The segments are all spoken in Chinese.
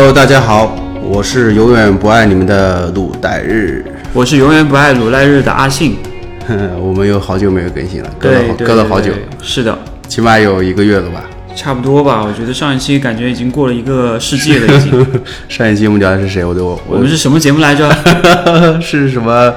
Hello， 大家好，我是永远不爱你们的鲁代日， 我是永远不爱鲁代日的阿信。 我们有好久没有更新了，隔了好久， 是的， 起码有1个月了吧？ 差不多吧。我觉得上一期感觉已经过了1个世纪了，已经。 上一期我们聊的是谁？我们是什么节目来着？ 是什么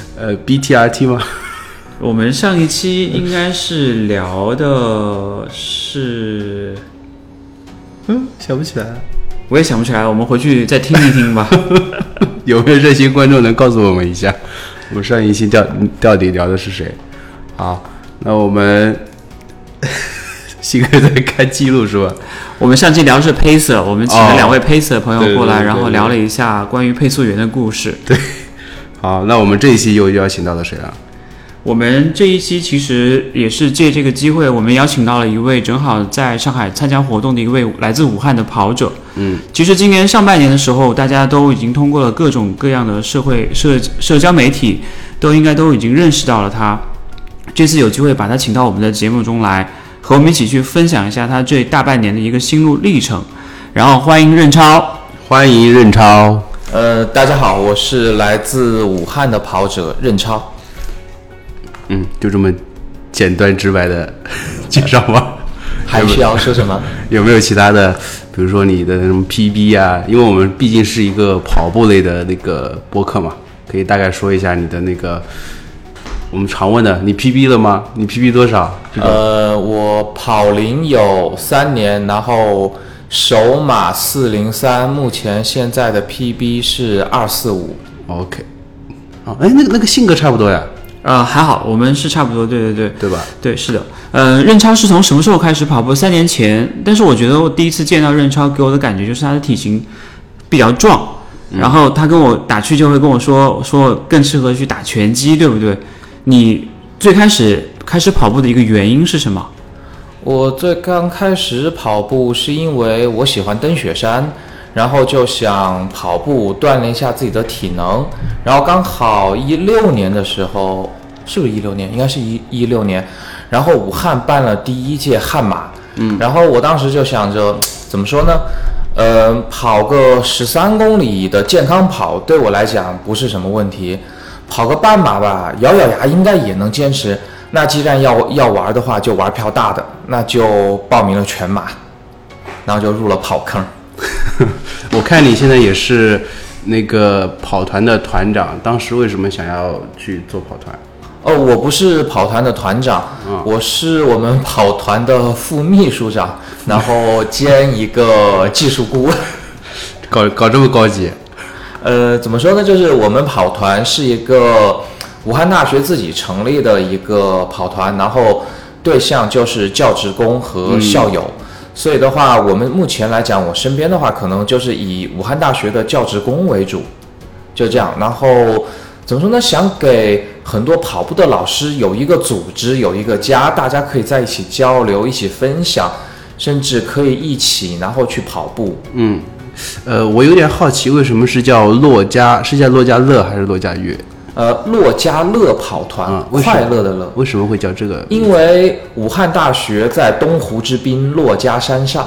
？BTRT 吗？ 我们上一期应该是聊的是， 想不起来。 我也想不起来，我们回去再听一听吧。 有没有热心观众能告诉我们一下，我们上一期到底聊的是谁？好，那我们新哥在看记录是吧？ 我们上期聊的是配色，我们请了2位配色朋友过来， 对， 然后聊了一下关于配速员的故事。 对，好，那我们这一期又邀请到了谁啊？ 我们这一期其实也是借这个机会，我们邀请到了一位正好在上海参加活动的一位来自武汉的跑者。其实今年上半年的时候，大家都已经通过了各种各样的社交媒体，都已经认识到了他。这次有机会把他请到我们的节目中来，和我们一起去分享一下他这大半年的一个心路历程。然后欢迎任超。 欢迎任超。 大家好，我是来自武汉的跑者任超。 就这么简单直白的介绍吗？ 还需要说什么？ 有没有其他的，比如说你的什么 PB 啊？因为我们毕竟是一个跑步类的那个播客嘛，可以大概说一下你的那个我们常问的，你 PB 了吗？你 PB 多少？ 我跑龄有3年，然后首马403，目前现在的 PB 是245。 OK， 好，那个性格差不多呀。 还好，我们是差不多，对吧？对，是的。任超是从什么时候开始跑步？3年前。但是我觉得我第一次见到任超，给我的感觉就是他的体型比较壮，然后他跟我打趣就会跟我说更适合去打拳击，对不对？你最开始跑步的一个原因是什么？ 我最刚开始跑步是因为我喜欢登雪山，然后就想跑步锻炼一下自己的体能，然后刚好16年的时候，是不是16年？应该是16年。然后武汉办了第1届悍马，然后我当时就想着，怎么说呢？跑个13公里的健康跑对我来讲不是什么问题，跑个半马吧，咬咬牙应该也能坚持。那既然要玩的话，就玩票大的，那就报名了全马，然后就入了跑坑。 我看你现在也是那个跑团的团长，当时为什么想要去做跑团？ 我不是跑团的团长，我是我们跑团的副秘书长，然后兼一个技术顾问。 搞这么高级？ 怎么说呢？就是我们跑团是一个武汉大学自己成立的一个跑团，然后对象就是教职工和校友。所以的话，我们目前来讲，我身边的话，可能就是以武汉大学的教职工为主，就这样。然后怎么说呢？想给很多跑步的老师有一个组织，有一个家，大家可以在一起交流，一起分享，甚至可以一起然后去跑步。 我有点好奇，为什么是叫骆家？是叫骆家乐还是骆家乐？ 骆家乐跑团，快乐的乐。 为什么会叫这个？ 因为武汉大学在东湖之滨骆家山上。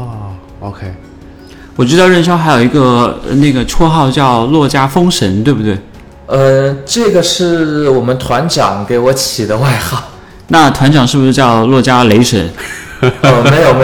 OK。 我知道任超还有一个那个绰号叫骆家风神，对不对？ 这个是我们团长给我起的外号。 那团长是不是叫骆家雷神？ 没有。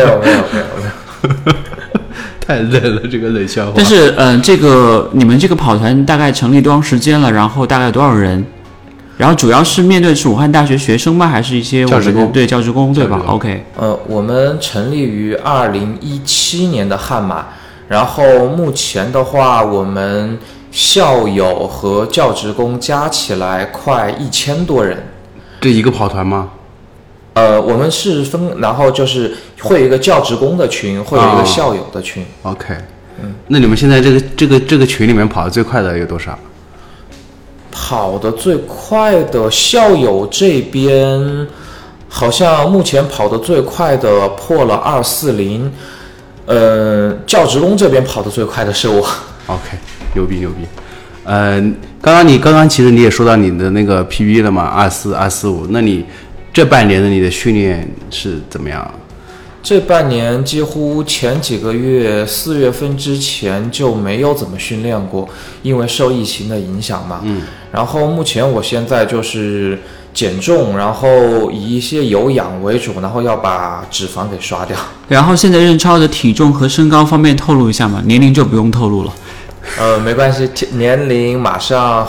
太冷了，这个冷笑话。 但是，你们这个跑团大概成立多长时间了？然后大概有多少人？然后主要是面对是武汉大学学生吗？还是一些教职工？ 对，教职工对吧 ？OK。 我们成立于2017年的悍马，然后目前的话，我们校友和教职工加起来快1000多人。 这一个跑团吗？ 我们是分，然后就是会有一个教职工的群，会有一个校友的群。 OK，那你们现在这个群里面跑得最快的有多少？ 跑得最快的校友这边，好像目前跑得最快的破了240。教职工这边跑得最快的是我。 OK， 牛逼。刚刚其实你也说到你的那个 PB 了嘛，24、245，那你这半年的你的训练是怎么样？ 这半年几乎前几个月4月份之前就没有怎么训练过，因为受疫情的影响嘛。然后目前我现在就是减重，然后以一些有氧为主，然后要把脂肪给刷掉。 然后现在任超的体重和身高方面透露一下嘛，年龄就不用透露了。 没关系，年龄马上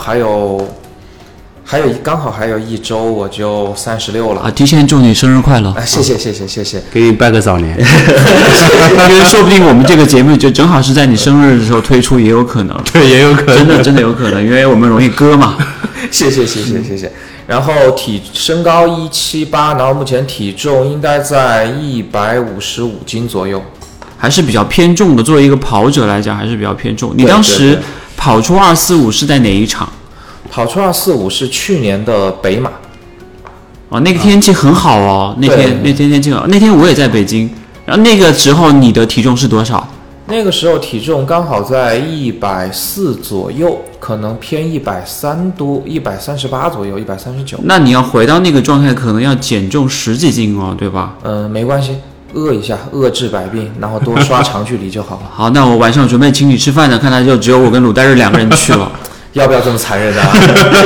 刚好还有1周我就36了啊！提前祝你生日快乐！ 谢谢， 给你拜个早年。 因为说不定我们这个节目就正好是在你生日的时候推出，也有可能。 对，也有可能， 真的有可能，因为我们容易割嘛。 谢谢。然后身高178，然后目前体重应该在155斤左右， 还是比较偏重的。作为一个跑者来讲，还是比较偏重。你当时跑出245是在哪一场？ 跑出245是去年的北马。 哦，那个天气很好哦，那天天气好，那天我也在北京。然后那个时候你的体重是多少？ 那个时候体重刚好在140左右，可能偏130多，138左右，139。 那你要回到那个状态，可能要减重10几斤哦，对吧？ 没关系，饿一下，饿治百病，然后多刷长距离就好了。 好，那我晚上准备请你吃饭呢，看来就只有我跟鲁代日2个人去了。 要不要这么残忍啊？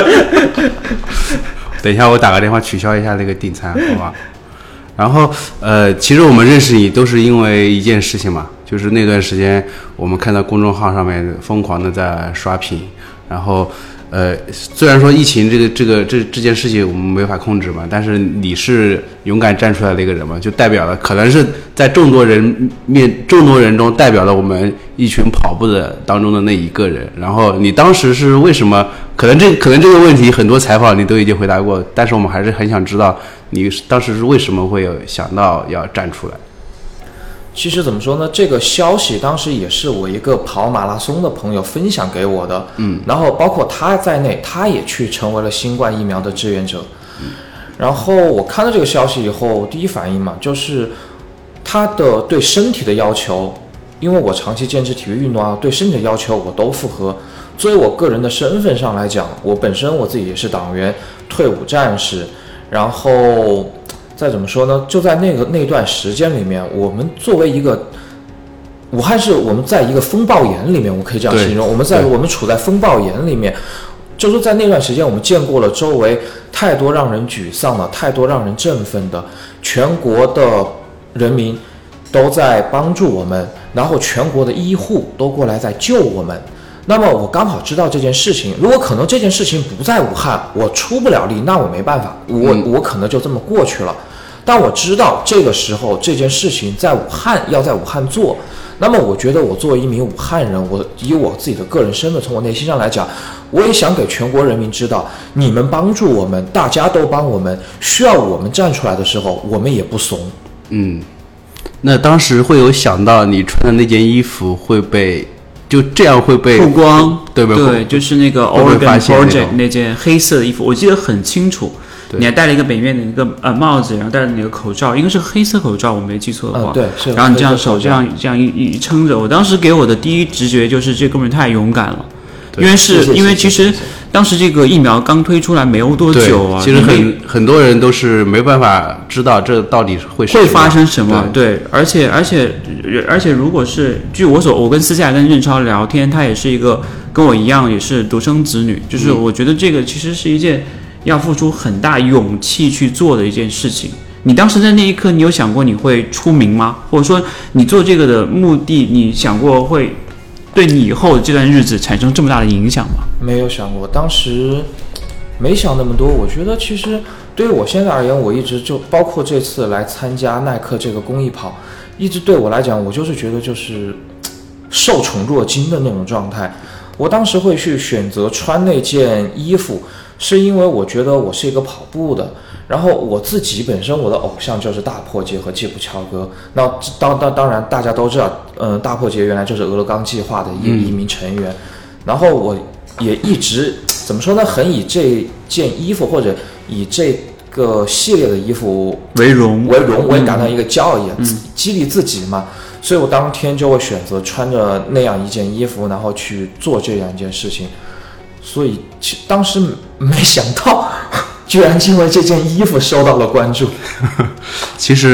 等一下，我打个电话取消一下那个订餐，好吧？然后其实我们认识你都是因为一件事情嘛，就是那段时间我们看到公众号上面疯狂的在刷屏，然后虽然说疫情这件事情我们没法控制嘛，但是你是勇敢站出来的一个人嘛，就代表了可能是在众多人中代表了我们一群跑步的当中的那一个人。然后你当时是为什么？可能这个问题很多采访你都已经回答过，但是我们还是很想知道你当时是为什么会有想到要站出来。 其实怎么说呢，这个消息当时也是我一个跑马拉松的朋友分享给我的，然后包括他在内，他也去成为了新冠疫苗的志愿者。然后我看到这个消息以后，第一反应嘛，就是他的对身体的要求，因为我长期坚持体育运动啊，对身体的要求我都符合。作为我个人的身份上来讲，我本身我自己也是党员、退伍战士，然后再怎么说呢，就在那段时间里面，我们作为一个武汉市，我们在一个风暴眼里面，我可以这样形容，我们处在风暴眼里面，就是在那段时间，我们见过了周围太多让人沮丧的，太多让人振奋的，全国的人民都在帮助我们，然后全国的医护都过来在救我们。那么我刚好知道这件事情，如果可能这件事情不在武汉，我出不了力，那我没办法，我可能就这么过去了。但我知道这个时候这件事情在武汉要在武汉做，那么我觉得我作为一名武汉人，我以我自己的个人身份，从我内心上来讲，我也想给全国人民知道，你们帮助我们，大家都帮我们，需要我们站出来的时候，我们也不怂。 那当时会有想到你穿的那件衣服会被就这样会被曝光， 对吧？ 对，就是那个 Oregon Project 那件黑色的衣服，我记得很清楚。你还戴了一个北面的一个帽子，然后戴了那个口罩，应该是黑色口罩，我没记错的话。 对，是。 然后你这样手这样一撑着，我当时给我的第一直觉就是这哥们儿太勇敢了，因为其实当时这个疫苗刚推出来没有多久啊， 其实很多人都是没办法知道这到底会发生什么。对，而且如果是据我跟私下跟任超聊天，他也是一个跟我一样也是独生子女，就是我觉得这个其实是一件要付出很大勇气去做的一件事情。你当时在那一刻，你有想过你会出名吗？或者说你做这个的目的，你想过会对你以后这段日子产生这么大的影响吗？ 没有想过，当时没想那么多。我觉得其实对于我现在而言，我一直就包括这次来参加耐克这个公益跑，一直对我来讲，我就是觉得就是受宠若惊的那种状态。我当时会去选择穿那件衣服，是因为我觉得我是一个跑步的，然后我自己本身我的偶像就是大破节和吉普乔格。那当然大家都知道，大破节原来就是俄勒冈计划的一名成员，然后我也一直怎么说呢，很以这件衣服或者以这个系列的衣服为荣， 我也感到一个骄傲，也激励自己嘛。所以我当天就会选择穿着那样一件衣服，然后去做这样一件事情。所以当时没想到居然因为这件衣服受到了关注。 其实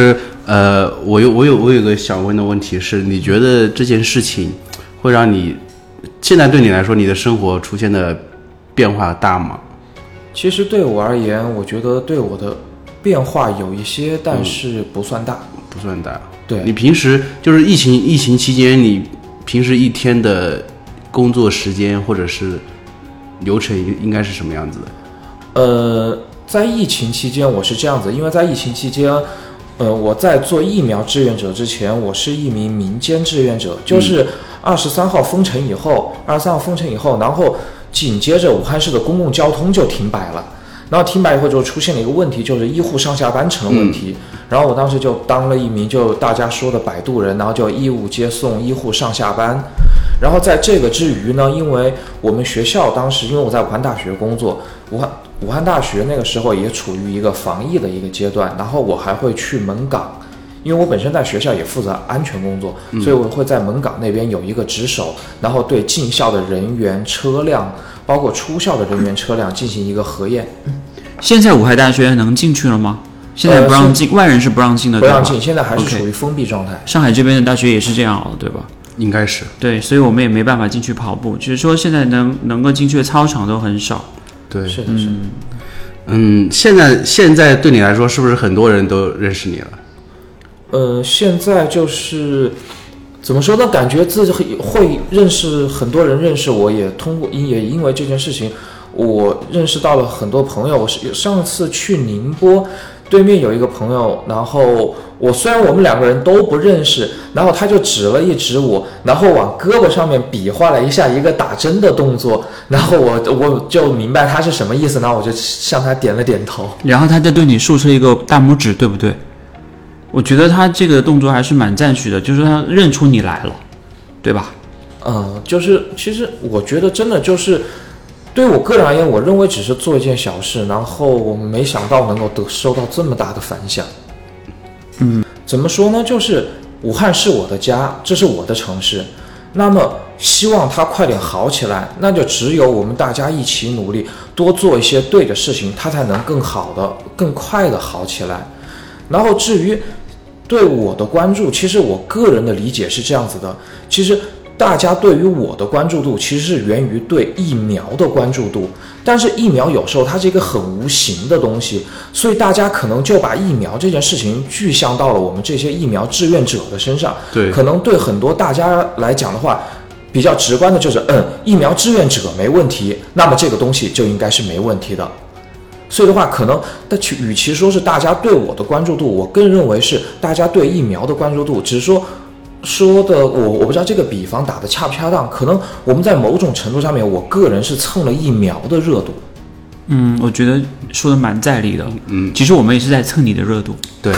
我有个想问的问题是，你觉得这件事情会让你现在对你来说，你的生活出现的变化大吗？ 其实对我而言，我觉得对我的变化有一些，但是不算大， 不算大。 对， 你平时就是疫情期间，你平时一天的工作时间或者是流程应该是什么样子的？ 在疫情期间我是这样子，因为在疫情期间，我在做疫苗志愿者之前，我是一名民间志愿者，就是23号封城以后，然后紧接着武汉市的公共交通就停摆了。然后停摆以后就出现了一个问题，就是医护上下班成了问题。然后我当时就当了一名就大家说的摆渡人，然后就义务接送医护上下班。然后在这个之余呢，因为我们学校当时因为我在武汉大学工作，武汉大学那个时候也处于一个防疫的一个阶段，然后我还会去门岗，因为我本身在学校也负责安全工作，所以我会在门岗那边有一个值守，然后对进校的人员、车辆，包括出校的人员、车辆进行一个核验。 现在武汉大学能进去了吗？现在不让进，外人是不让进的， 不让进，现在还是处于封闭状态。 上海这边的大学也是这样，对吧？ 应该是。 对，所以我们也没办法进去跑步，就是说现在能够进去的操场都很少。 对， 是的，是的。现在对你来说，是不是很多人都认识你了？ 现在就是怎么说呢？感觉自己会认识很多人，认识我也因为这件事情，我认识到了很多朋友。我上次去宁波，对面有一个朋友，然后虽然我们两个人都不认识，然后他就指了一指我，然后往胳膊上面比划了一下一个打针的动作，然后我就明白他是什么意思，然后我就向他点了点头， 然后他就对你竖出一个大拇指，对不对？我觉得他这个动作还是蛮赞许的，就是他认出你来了，对吧？ 就是其实我觉得真的就是对我个人而言，我认为只是做一件小事，然后我没想到能够收到这么大的反响。怎么说呢？就是武汉是我的家，这是我的城市，那么希望它快点好起来，那就只有我们大家一起努力，多做一些对的事情，它才能更好的、更快的好起来。然后至于对我的关注，其实我个人的理解是这样子的，其实大家对于我的关注度其实是源于对疫苗的关注度，但是疫苗有时候它是一个很无形的东西，所以大家可能就把疫苗这件事情具象到了我们这些疫苗志愿者的身上。 对， 可能对很多大家来讲的话，比较直观的就是疫苗志愿者没问题，那么这个东西就应该是没问题的。所以的话，可能与其说是大家对我的关注度，我更认为是大家对疫苗的关注度。只是说的我不知道这个比方打得恰不恰当，可能我们在某种程度上面，我个人是蹭了疫苗的热度。 我觉得说的蛮在理的。其实我们也是在蹭你的热度。 对。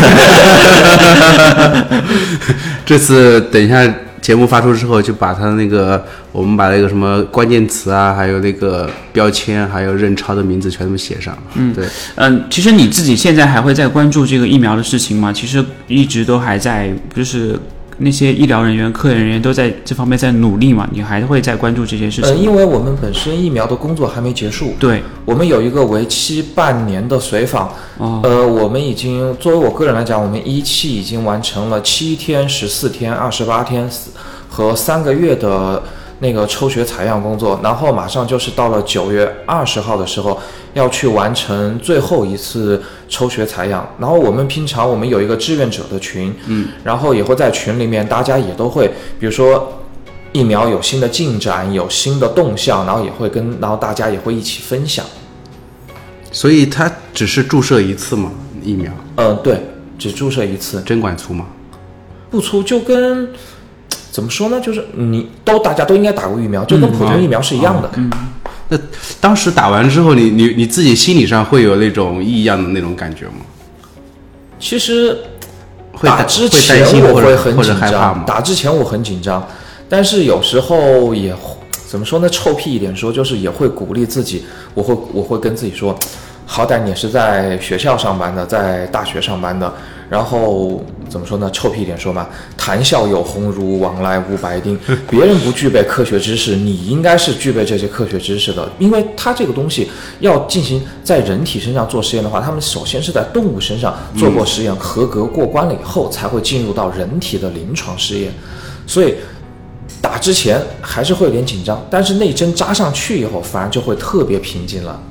这次等一下节目发出之后，就把他我们把那个什么关键词啊，还有那个标签，还有任超的名字全都写上。对。 其实你自己现在还会在关注这个疫苗的事情吗？其实一直都还在，就是那些医疗人员、科研人员都在这方面在努力嘛，你还会在关注这些事情？ 因为我们本身疫苗的工作还没结束， 对， 我们有一个为期半年的随访。我们已经作为我个人来讲，我们一期已经完成了7天、14天、28天和3个月的那个抽血采样工作，然后马上就是到了9月20号的时候要去完成最后一次抽血采样。然后我们平常我们有一个志愿者的群，然后也会在群里面大家也都会，比如说疫苗有新的进展、有新的动向，然后大家也会一起分享。 所以它只是注射一次吗？疫苗？ 对，只注射一次。 针管粗吗？ 不粗，就跟怎么说呢？就是大家都应该打过疫苗，就跟普通疫苗是一样的。 那当时打完之后，你自己心理上会有那种异样的那种感觉吗？ 其实打之前我会很紧张，打之前我很紧张，但是有时候也怎么说呢？臭屁一点说，就是也会鼓励自己，我会跟自己说，好歹你是在学校上班的，在大学上班的， 然后怎么说呢？臭屁一点说嘛，谈笑有鸿儒，往来无白丁。别人不具备科学知识，你应该是具备这些科学知识的，因为它这个东西要进行在人体身上做实验的话，他们首先是在动物身上做过实验，合格过关了以后，才会进入到人体的临床试验。所以打之前还是会有点紧张，但是那针扎上去以后，反而就会特别平静了。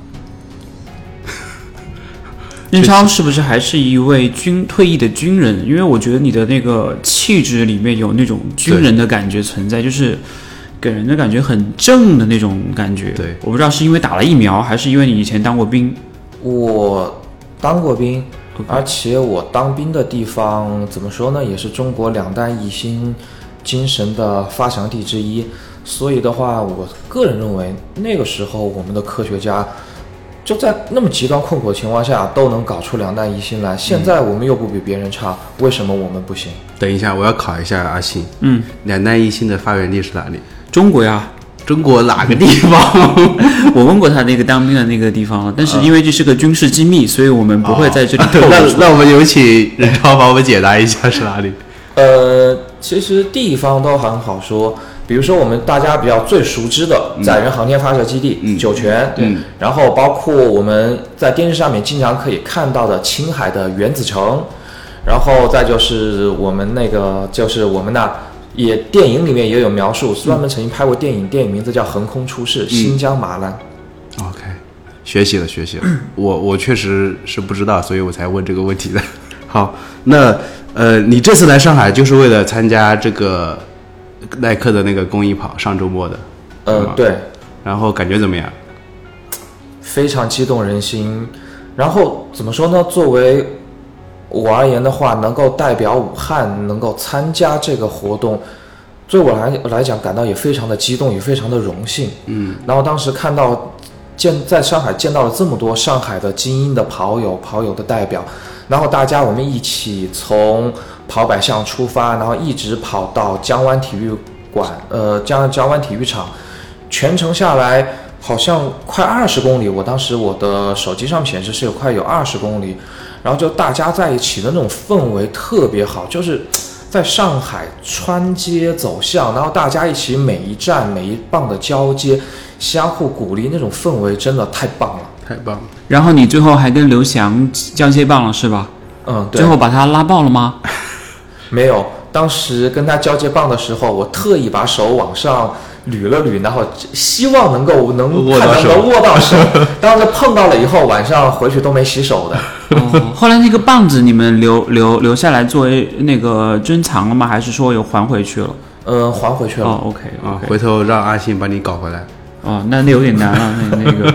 任超是不是还是一位退役的军人？因为我觉得你的那个气质里面有那种军人的感觉存在，就是给人的感觉很正的那种感觉。 对， 我不知道是因为打了疫苗，还是因为你以前当过兵。 我当过兵，而且我当兵的地方怎么说呢，也是中国两弹一星精神的发祥地之一。所以的话，我个人认为那个时候我们的科学家就在那么极端困苦的情况下都能搞出两弹一星来。现在我们又不比别人差，为什么我们不行？ 等一下，我要考一下阿信。两弹一星的发源地是哪里？ 中国呀。 中国哪个地方？ 我问过他那个当兵的那个地方了，但是因为这是个军事机密，所以我们不会在这里透露出来。 那我们有请任超帮我们解答一下是哪里？ 其实地方都很好说，比如说我们大家比较最熟知的载人航天发射基地酒泉，然后包括我们在电视上面经常可以看到的青海的原子城，然后再就是我们也电影里面也有描述，专门曾经拍过电影名字叫《横空出世》，新疆马兰。 OK， 学习了。我确实是不知道，所以我才问这个问题的。好，那你这次来上海就是为了参加这个耐克的那个公益跑，上周末的。 对。 然后感觉怎么样？ 非常激动人心。然后怎么说呢？作为我而言的话，能够代表武汉能够参加这个活动，对我来讲感到也非常的激动，也非常的荣幸。然后当时看到在上海见到了这么多上海的精英的跑友的代表，然后我们一起从跑百巷出发，然后一直跑到江湾体育馆，江湾体育场，全程下来好像快20公里，我当时我的手机上显示是快有20公里。然后就大家在一起的那种氛围特别好，就是在上海穿街走巷，然后大家一起每一站每一棒的交接，相互鼓励，那种氛围真的太棒了， 太棒了。 然后你最后还跟刘翔交接棒了是吧？ 对。 最后把他拉爆了吗？ 没有，当时跟他交接棒的时候，我特意把手往上捋了捋，然后希望能握到手。当时碰到了以后，晚上回去都没洗手的。 后来那个棒子你们留下来作为那个珍藏了吗？还是说有还回去了？ 还回去了。 OK， 回头让阿信把你搞回来。 那有点难了。那个，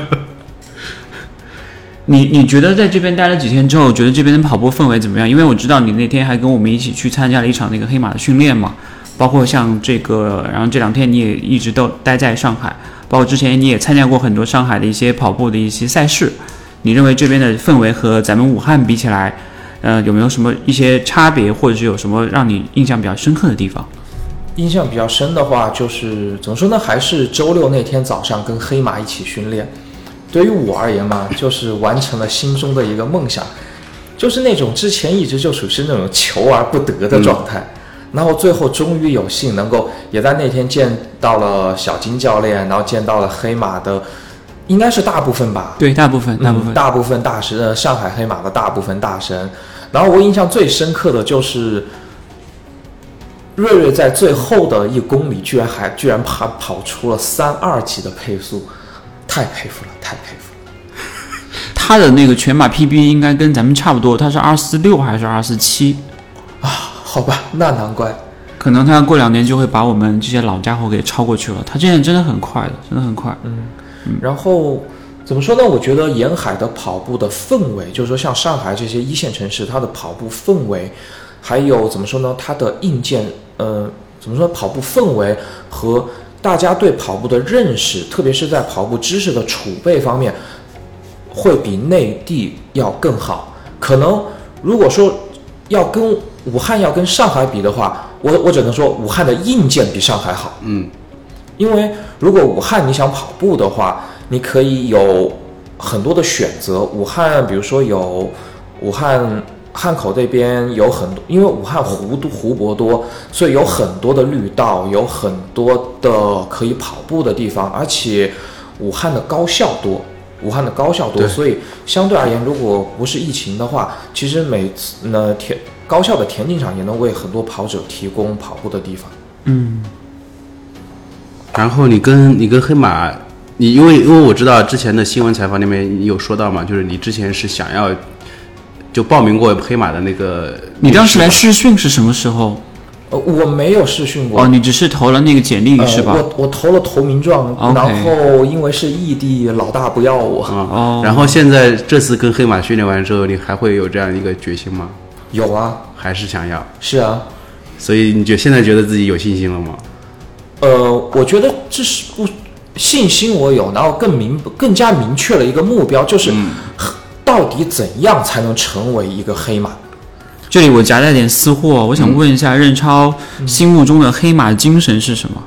你觉得在这边待了几天之后，觉得这边的跑步氛围怎么样？因为我知道你那天还跟我们一起去参加了一场那个黑马的训练嘛，包括像这个，然后这2天你也一直都待在上海，包括之前你也参加过很多上海的一些跑步的一些赛事。你认为这边的氛围和咱们武汉比起来，有没有什么一些差别，或者是有什么让你印象比较深刻的地方？ 印象比较深的话，就是怎么说呢？还是周6那天早上跟黑马一起训练。对于我而言嘛，就是完成了心中的一个梦想，就是那种之前一直就属于是那种求而不得的状态。然后最后终于有幸能够也在那天见到了小金教练，然后见到了黑马的。应该是大部分吧， 对，大部分大神，上海黑马的大部分大神。然后我印象最深刻的就是瑞瑞在最后的1公里居然跑出了3.2几的配速，太佩服了。 他的那个全马 PB 应该跟咱们差不多，他是246还是247 啊？好吧，那难怪， 可能他过2年就会把我们这些老家伙给超过去了。他这样真的很快的，真的很快。 然后怎么说呢？我觉得沿海的跑步的氛围，就是说像上海这些1线城市，它的跑步氛围，还有怎么说呢？它的硬件，怎么说？跑步氛围和大家对跑步的认识，特别是在跑步知识的储备方面，会比内地要更好。可能如果说要跟武汉要跟上海比的话，我只能说武汉的硬件比上海好。因为如果武汉你想跑步的话，你可以有很多的选择。武汉比如说有武汉汉口这边有很多，因为武汉湖泊多，所以有很多的绿道，有很多的可以跑步的地方，而且武汉的高校多，所以相对而言，如果不是疫情的话，其实每次呢高校的田径场也能为很多跑者提供跑步的地方。 然后你跟黑马，因为我知道之前的新闻采访里面你有说到嘛，就是你之前是想要就报名过黑马的那个， 你当时来试训是什么时候？ 我没有试训过。 哦，你只是投了那个简历是吧？ 我投了投名状，然后因为是异地，老大不要我。 然后现在这次跟黑马训练完之后，你还会有这样一个决心吗？ 有啊， 还是想要？ 是啊。 所以你现在觉得自己有信心了吗？ 我觉得这是信心我有，然后更加明确了一个目标，就是到底怎样才能成为一个黑马。 这里我夹带点私货，我想问一下任超心目中的黑马精神是什么？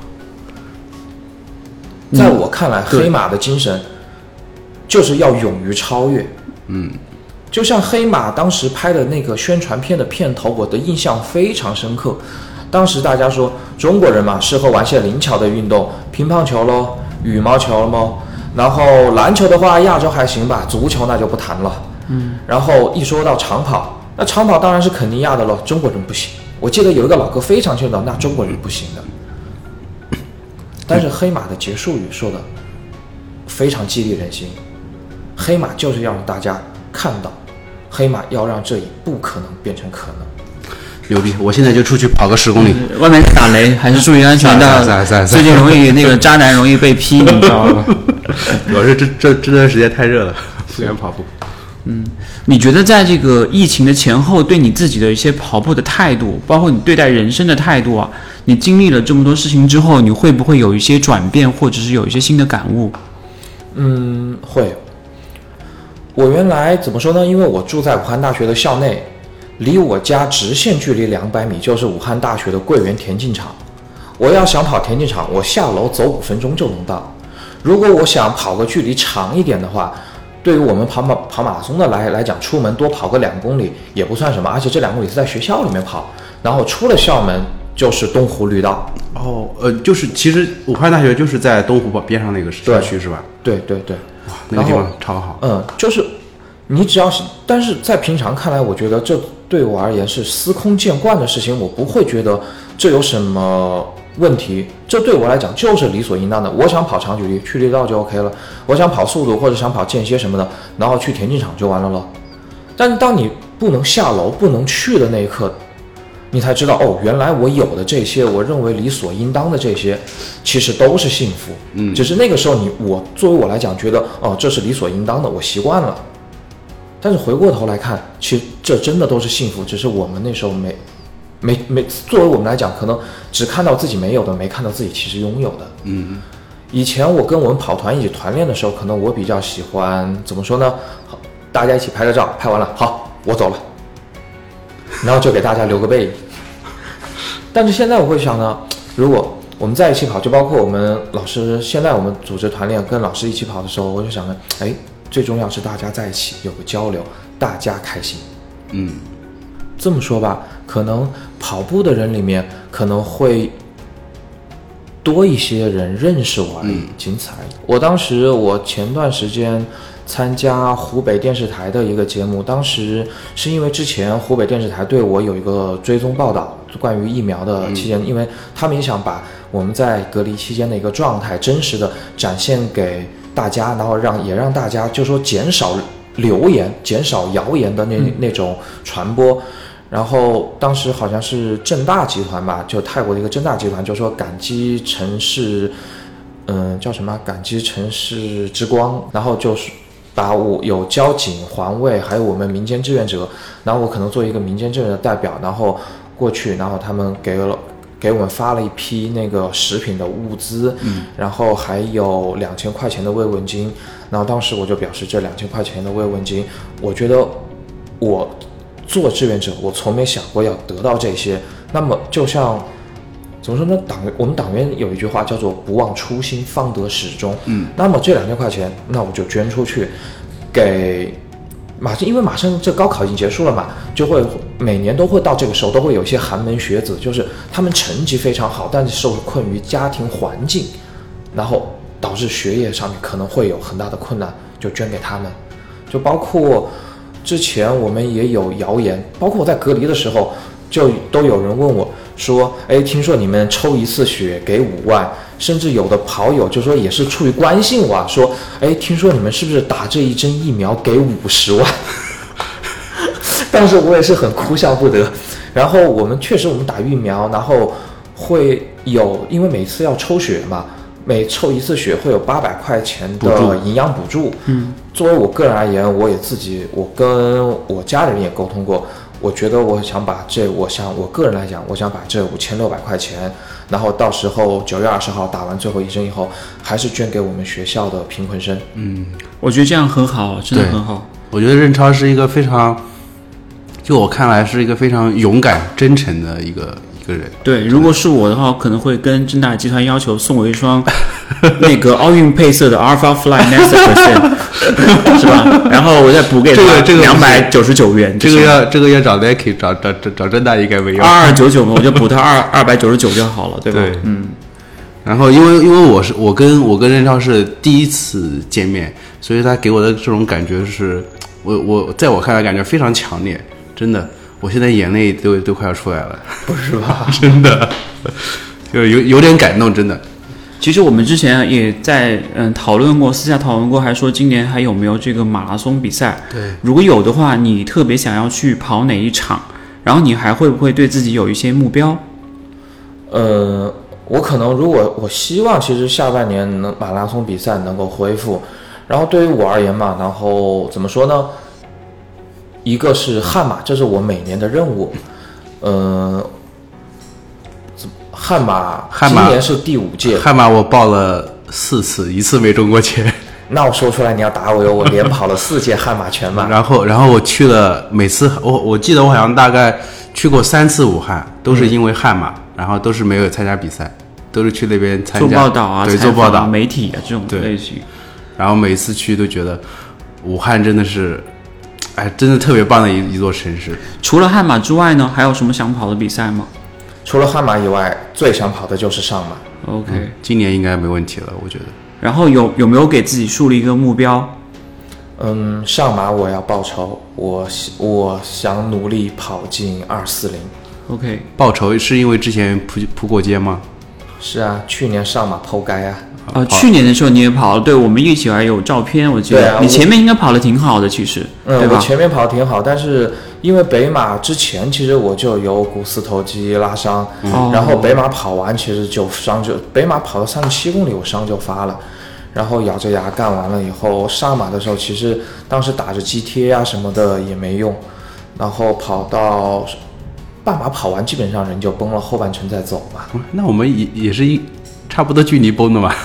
在我看来，黑马的精神就是要勇于超越。就像黑马当时拍的那个宣传片的片头，我的印象非常深刻。当时大家说中国人嘛，适合玩些灵巧的运动，乒乓球咯，羽毛球咯，然后篮球的话亚洲还行吧，足球那就不谈了。然后一说到长跑，那长跑当然是肯尼亚的咯，中国人不行。我记得有一个老哥非常清楚，那中国人不行的。但是黑马的结束语说的非常激励人心，黑马就是要让大家看到，黑马要让这一不可能变成可能。 牛逼！我现在就出去跑个10公里。 外面打雷，还是注意安全的。最近容易那个渣男容易被批，你知道吗？ 主要是这段时间太热了，不愿跑步。 你觉得在这个疫情的前后，对你自己的一些跑步的态度，包括你对待人生的态度啊，你经历了这么多事情之后，你会不会有一些转变，或者是有一些新的感悟？ 会。我原来怎么说呢？因为我住在武汉大学的校内。离我家直线距离200米就是武汉大学的桂园田径场。我要想跑田径场，我下楼走5分钟就能到。如果我想跑个距离长一点的话，对于我们跑马拉松的来讲，出门多跑个2公里也不算什么，而且这2公里是在学校里面跑，然后出了校门就是东湖绿道。 就是其实武汉大学就是在东湖边上那个社区是吧？ 对。 哇，那个地方超好。 就是你只要是，但是在平常看来，我觉得这对我而言是司空见惯的事情，我不会觉得这有什么问题，这对我来讲就是理所应当的。我想跑长距离，去绿道就 OK 了；我想跑速度或者想跑间歇什么的，然后去田径场就完了咯。但是当你不能下楼、不能去的那一刻，你才知道原来我有的这些，我认为理所应当的这些，其实都是幸福。只是那个时候我作为我来讲，觉得这是理所应当的，我习惯了。但是回过头来看，其实这真的都是幸福，只是我们那时候没作为我们来讲，可能只看到自己没有的，没看到自己其实拥有的。以前我跟我们跑团一起团练的时候，可能我比较喜欢怎么说呢？大家一起拍个照，拍完了，好，我走了，然后就给大家留个背影。但是现在我会想呢，如果我们在一起跑，就包括我们老师，现在我们组织团练跟老师一起跑的时候，我就想着，最重要是大家在一起有个交流，大家开心。这么说吧，可能跑步的人里面可能会多一些人认识我而已，仅此而已。我前段时间参加湖北电视台的一个节目，当时是因为之前湖北电视台对我有一个追踪报道，关于疫苗的期间，因为他们也想把我们在隔离期间的一个状态真实的展现给大家，然后也让大家就说减少流言、减少谣言的那种传播。然后当时好像是正大集团吧，就泰国的一个正大集团，就说感激城市，叫什么？感激城市之光。然后就是把我有交警、环卫，还有我们民间志愿者，然后我可能做一个民间志愿的代表，然后过去，然后他们给我们发了一批那个食品的物资，然后还有2000块钱的慰问金。然后当时我就表示，这2000块钱的慰问金，我觉得我做志愿者，我从没想过要得到这些。那么就像怎么说呢？我们党员有一句话叫做“不忘初心，方得始终”。那么这2000块钱，那我就捐出去，给因为马上这高考已经结束了嘛，就会每年都会到这个时候，都会有一些寒门学子，就是他们成绩非常好，但是受困于家庭环境，然后导致学业上面可能会有很大的困难，就捐给他们。就包括之前我们也有谣言，包括我在隔离的时候，就都有人问我说，听说你们抽一次血给5万，甚至有的跑友就说也是出于关心我说，听说你们是不是打这一针疫苗给50万？当时我也是很哭笑不得。然后我们确实我们打疫苗，然后会有，因为每次要抽血嘛，每抽一次血会有800块钱的营养补助。作为我个人而言，我跟我家人也沟通过，我觉得我个人来讲，我想把这5600块钱，然后到时候9月20号打完最后一针以后，还是捐给我们学校的贫困生。 我觉得这样很好，真的很好。 我觉得任超是一个非常，就我看来是一个非常勇敢、真诚的一个人。 对，如果是我的话，可能会跟正大集团要求送我一双那个奥运配色的 Alpha Fly Next 是吧？然后我再补给他299元。 这个要找 Nike 找正大应该没有。 2299嘛，我就补他299就好了，对吧？ 对，然后因为我跟任超是第一次见面，所以他给我的这种感觉是，我在我看来感觉非常强烈，真的。我现在眼泪都快要出来了， 不是吧？ 真的，就有点感动，真的。 其实我们之前也在私下讨论过，还说今年还有没有这个马拉松比赛？ 对， 如果有的话，你特别想要去跑哪一场？然后你还会不会对自己有一些目标？ 我可能如果我希望，其实下半年马拉松比赛能够恢复。然后对于我而言嘛，然后怎么说呢？一个是悍马，这是我每年的任务。悍马今年是第5届。 悍马我报了4次，1次没中过签。 那我说出来你要打我哟！我连跑了4届悍马全马。 然后我去了，每次我记得我好像大概去过3次武汉，都是因为悍马，然后都是没有参加比赛，都是去那边参加做报道啊， 对，做报道、 媒体啊这种类型。 然后每次去都觉得武汉真的是。真的特别棒的一座城市。 除了悍马之外呢，还有什么想跑的比赛吗？ 除了悍马以外，最想跑的就是上马。 OK， 今年应该没问题了，我觉得。 然后有没有给自己树立一个目标？ 上马我要报仇，我想努力跑进240。 OK， 报仇是因为之前扑过街吗？ 是啊，去年上马剖该啊。 去年的时候你也跑了，对，我们一起还有照片，我记得。你前面应该跑得挺好的，其实。对吧？ 我前面跑得挺好，但是因为北马之前其实我就有股四头肌拉伤，然后北马跑完其实北马跑到37公里我伤就发了，然后咬着牙干完了以后，上马的时候其实当时打着肌贴啊什么的也没用，然后跑到半马跑完基本上人就崩了，后半程再走嘛。 那我们也是差不多距离崩的嘛。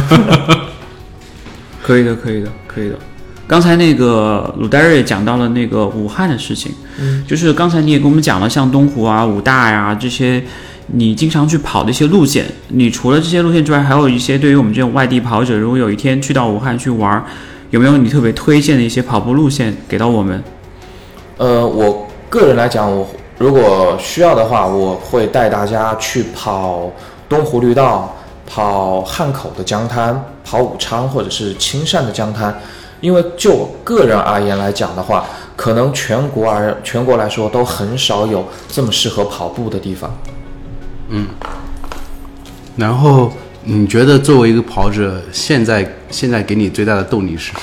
可以的。刚才那个鲁代瑞讲到了那个武汉的事情，就是刚才你也跟我们讲了，像东湖啊、武大呀这些，你经常去跑的一些路线。你除了这些路线之外，还有一些对于我们这种外地跑者，如果有一天去到武汉去玩，有没有你特别推荐的一些跑步路线给到我们？ 我个人来讲，我如果需要的话，我会带大家去跑东湖绿道，跑汉口的江滩，跑武昌或者是青山的江滩。因为就我个人而言来讲的话，可能全国来说都很少有这么适合跑步的地方。 然后你觉得作为一个跑者，现在给你最大的动力是什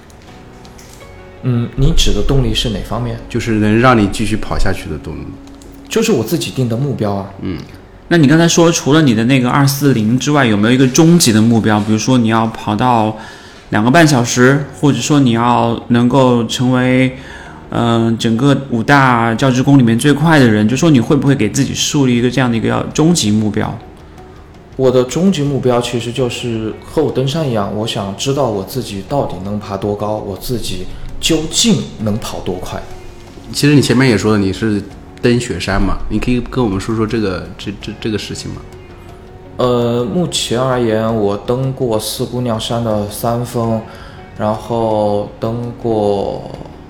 么？ 你指的动力是哪方面？ 就是能让你继续跑下去的动力。 就是我自己定的目标啊。 那你刚才说除了你的那个240之外，有没有一个终极的目标？比如说你要跑到2个半小时，或者说你要能够成为整个武大教职工里面最快的人，就说你会不会给自己树立一个这样的一个终极目标？ 我的终极目标其实就是和我登山一样，我想知道我自己到底能爬多高，我自己究竟能跑多快。 其实你前面也说了，你是登雪山嘛，你可以跟我们说说这个事情吗？ 目前而言，我登过四姑娘山的3峰，然后登过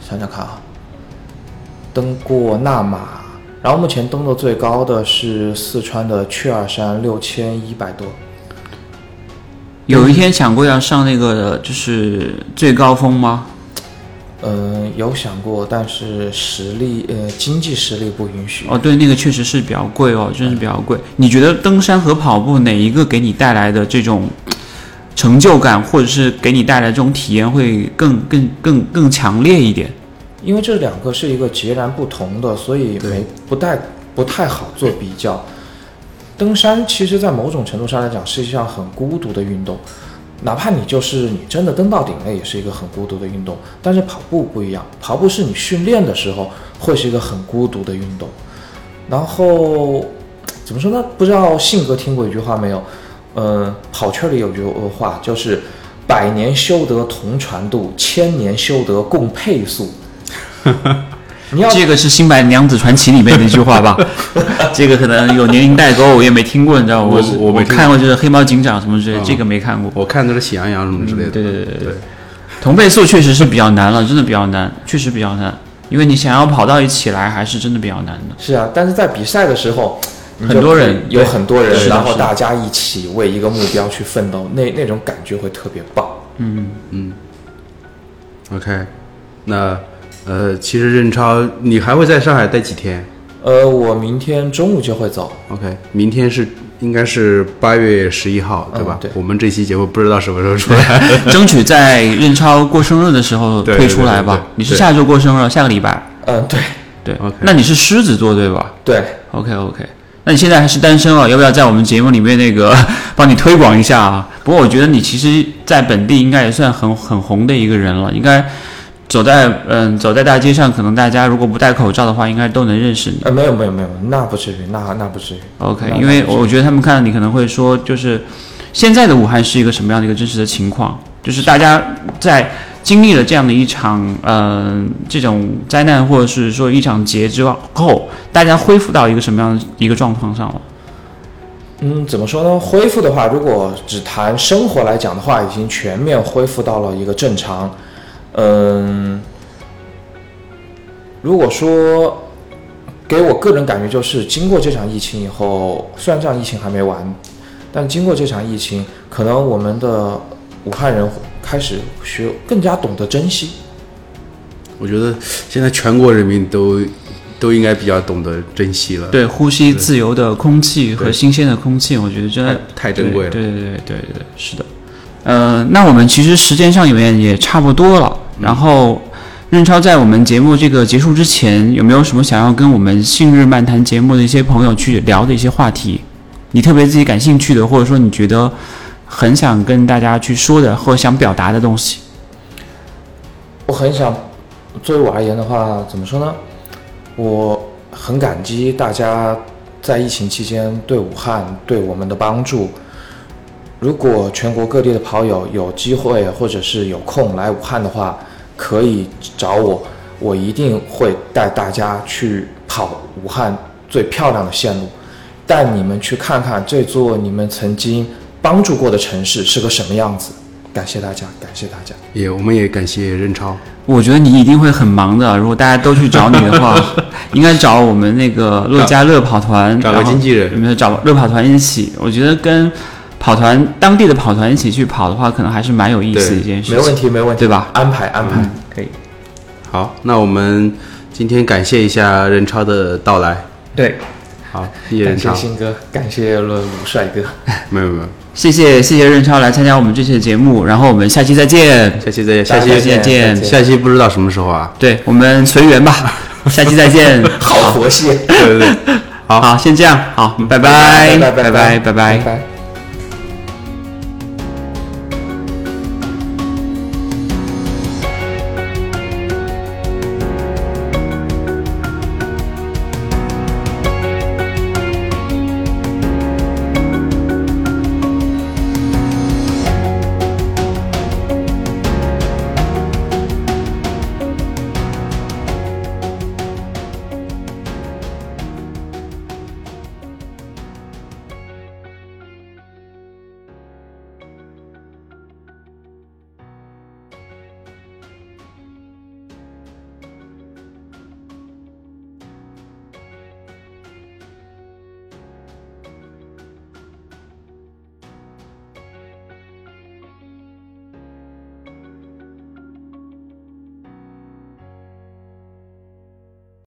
想想看啊，登过纳马，然后目前登的最高的是四川的雀儿山6100多。 有一天想过要上那个就是最高峰吗？ 有想过，但是经济实力不允许。 哦，对，那个确实是比较贵哦，真是比较贵。你觉得登山和跑步哪一个给你带来的这种成就感，或者是给你带来这种体验会更强烈一点？ 因为这两个是一个截然不同的，所以不太好做比较。登山其实在某种程度上来讲是一项很孤独的运动，哪怕你真的登到顶了，也是一个很孤独的运动。但是跑步不一样，跑步是你训练的时候会是一个很孤独的运动。然后怎么说呢？不知道信哥听过一句话没有？跑圈里有句话，就是100年修得同船渡，1000年修得共配速。 这个是《新白娘子传奇》里面的一句话吧？这个可能有年龄代沟，我也没听过，你知道吗？我看过就是黑猫警长什么之类的，这个没看过。 我看的是喜羊羊什么之类的。 对。同配速确实是比较难了，真的比较难，确实比较难，因为你想要跑到一起来，还是真的比较难的。 是啊，但是在比赛的时候， 很多人， 然后大家一起为一个目标去奋斗，那种感觉会特别棒。 OK， 那其实任超，你还会在上海待几天？ 我明天中午就会走。 OK， 明天应该是8月11号，对吧？ 对。 我们这期节目不知道什么时候出来， 争取在任超过生日的时候推出来吧。 对。 你是下周过生日，下个礼拜？对。 OK。 那你是狮子座对吧？ 对。 OK。那你现在还是单身啊？要不要在我们节目里面那个帮你推广一下啊？不过我觉得你其实在本地应该也算很红的一个人了，应该。走在大街上，可能大家如果不戴口罩的话，应该都能认识你。 没有，那不至于，那不至于。 OK， 因为我觉得他们看到你可能会说，就是现在的武汉是一个什么样的一个真实的情况？就是大家在经历了这样的一场这种灾难，或者是说一场劫之后，大家恢复到一个什么样的一个状况上了？ 怎么说呢？恢复的话，如果只谈生活来讲的话，已经全面恢复到了一个正常。如果说给我个人感觉就是经过这场疫情以后，虽然这场疫情还没完，但经过这场疫情，可能我们的武汉人开始更加懂得珍惜。 我觉得现在全国人民都应该比较懂得珍惜了。 对，呼吸自由的空气和新鲜的空气，我觉得真的太珍贵了。 对，是的。那我们其实时间上也差不多了。然后，任超在我们节目这个结束之前，有没有什么想要跟我们信日漫谈节目的一些朋友去聊的一些话题？你特别自己感兴趣的，或者说你觉得很想跟大家去说的，或者想表达的东西？ 我很想，作为我而言的话，怎么说呢？我很感激大家在疫情期间对武汉、对我们的帮助。如果全国各地的跑友有机会或者是有空来武汉的话，可以找我，我一定会带大家去跑武汉最漂亮的线路，带你们去看看这座你们曾经帮助过的城市是个什么样子。感谢大家，感谢大家。 我们也感谢任超。 我觉得你一定会很忙的，如果大家都去找你的话，应该找我们那个乐家乐跑团， 找个经纪人， 有没有找乐跑团一起？我觉得跟当地的跑团一起去跑的话，可能还是蛮有意思的一件事情。 没问题， 对吧？ 安排， 可以。 好，那我们今天感谢一下任超的到来。 对， 好，谢谢任超。 感谢新哥，感谢鲁帅哥。 没有， 谢谢任超来参加我们这期的节目，然后我们下期再见。 下期再见。 下期不知道什么时候啊？ 对，我们随缘吧。下期再见。 好佛系。 对。 好，先这样。好，拜拜。